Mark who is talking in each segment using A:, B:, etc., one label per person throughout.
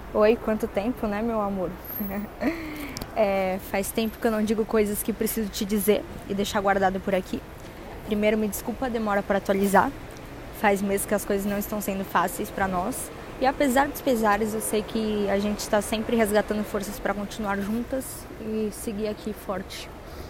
A: Oi, quanto tempo, né, meu amor? Faz tempo que eu não digo coisas que preciso te dizer e deixar guardado por aqui. Primeiro, me desculpa a demora para atualizar. Faz meses que as coisas não estão sendo fáceis para nós. E apesar dos pesares, eu sei que a gente está sempre resgatando forças para continuar juntas e seguir aqui forte.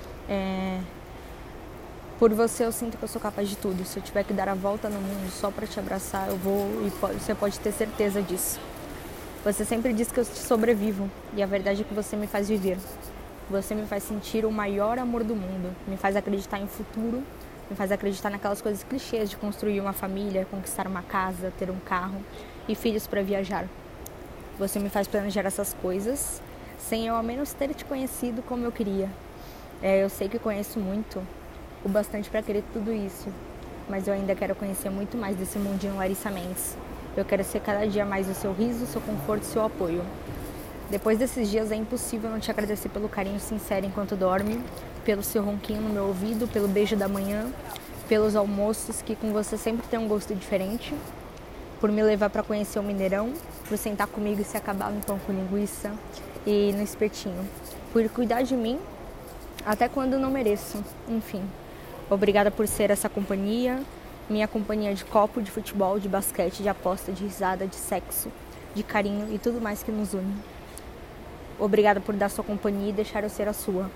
A: Por você, eu sinto que eu sou capaz de tudo. Se eu tiver que dar a volta no mundo só para te abraçar, eu vou e você pode ter certeza disso. Você sempre diz que eu sobrevivo, e a verdade é que você me faz viver. Você me faz sentir o maior amor do mundo, me faz acreditar em futuro, me faz acreditar naquelas coisas clichês de construir uma família, conquistar uma casa, ter um carro e filhos para viajar. Você me faz planejar essas coisas sem eu ao menos ter te conhecido como eu queria. Eu sei que conheço muito, o bastante para querer tudo isso, mas eu ainda quero conhecer muito mais desse mundinho Larissa Mendes. Eu quero ser cada dia mais o seu riso, o seu conforto e o seu apoio. Depois desses dias é impossível não te agradecer pelo carinho sincero enquanto dorme, pelo seu ronquinho no meu ouvido, pelo beijo da manhã, pelos almoços que com você sempre tem um gosto diferente, por me levar para conhecer o Mineirão, por sentar comigo e se acabar no pão com linguiça e no espetinho, por cuidar de mim até quando não mereço, enfim. Obrigada por ser essa companhia, minha companhia de copo, de futebol, de basquete, de aposta, de risada, de sexo, de carinho e tudo mais que nos une. Obrigada por dar sua companhia e deixar eu ser a sua.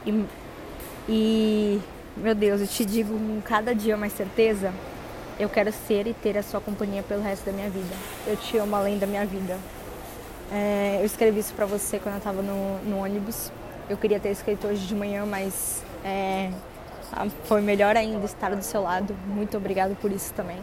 A: Meu Deus, eu te digo com cada dia mais certeza, eu quero ser e ter a sua companhia pelo resto da minha vida. Eu te amo além da minha vida. Eu escrevi isso pra você quando eu tava no ônibus. Eu queria ter escrito hoje de manhã, mas foi melhor ainda estar do seu lado. Muito obrigada por isso também.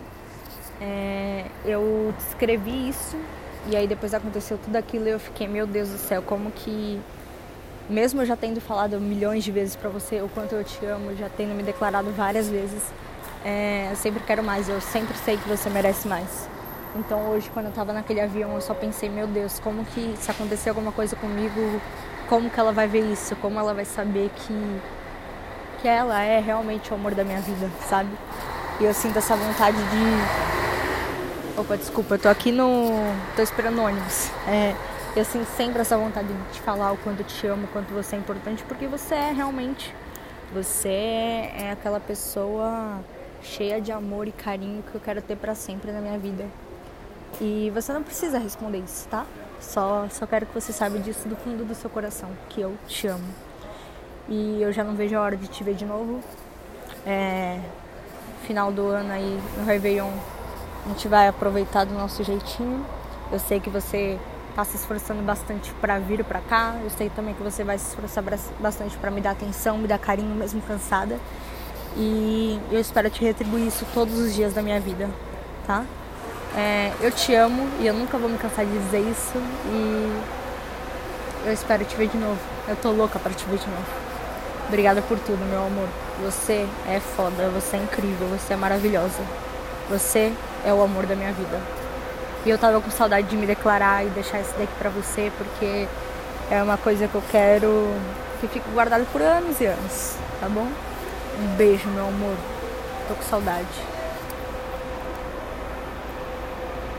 A: Eu escrevi isso e aí depois aconteceu tudo aquilo e eu fiquei, meu Deus do céu, como que, mesmo eu já tendo falado milhões de vezes pra você o quanto eu te amo, já tendo me declarado várias vezes, eu sempre quero mais, eu sempre sei que você merece mais. Então hoje, quando eu tava naquele avião, eu só pensei, meu Deus, como que, se acontecer alguma coisa comigo, como que ela vai ver isso, como ela vai saber que ela é realmente o amor da minha vida, sabe? E eu sinto essa vontade de... Opa, desculpa, eu tô aqui tô esperando o ônibus. Eu sinto sempre essa vontade de te falar o quanto eu te amo, o quanto você é importante, porque você é realmente... Você é aquela pessoa cheia de amor e carinho que eu quero ter pra sempre na minha vida. E você não precisa responder isso, tá? Só quero que você saiba disso do fundo do seu coração, que eu te amo. E eu já não vejo a hora de te ver de novo. Final do ano aí, no Réveillon, a gente vai aproveitar do nosso jeitinho. Eu sei que você tá se esforçando bastante pra vir pra cá. Eu sei também que você vai se esforçar bastante pra me dar atenção, me dar carinho, mesmo cansada. E eu espero te retribuir isso todos os dias da minha vida, tá? Eu te amo e eu nunca vou me cansar de dizer isso. E eu espero te ver de novo. Eu tô louca pra te ver de novo. Obrigada por tudo, meu amor. Você é foda, você é incrível, você é maravilhosa. Você é o amor da minha vida. E eu tava com saudade de me declarar e deixar isso daqui pra você, porque é uma coisa que eu quero que fique guardado por anos e anos, tá bom? Um beijo, meu amor. Tô com saudade.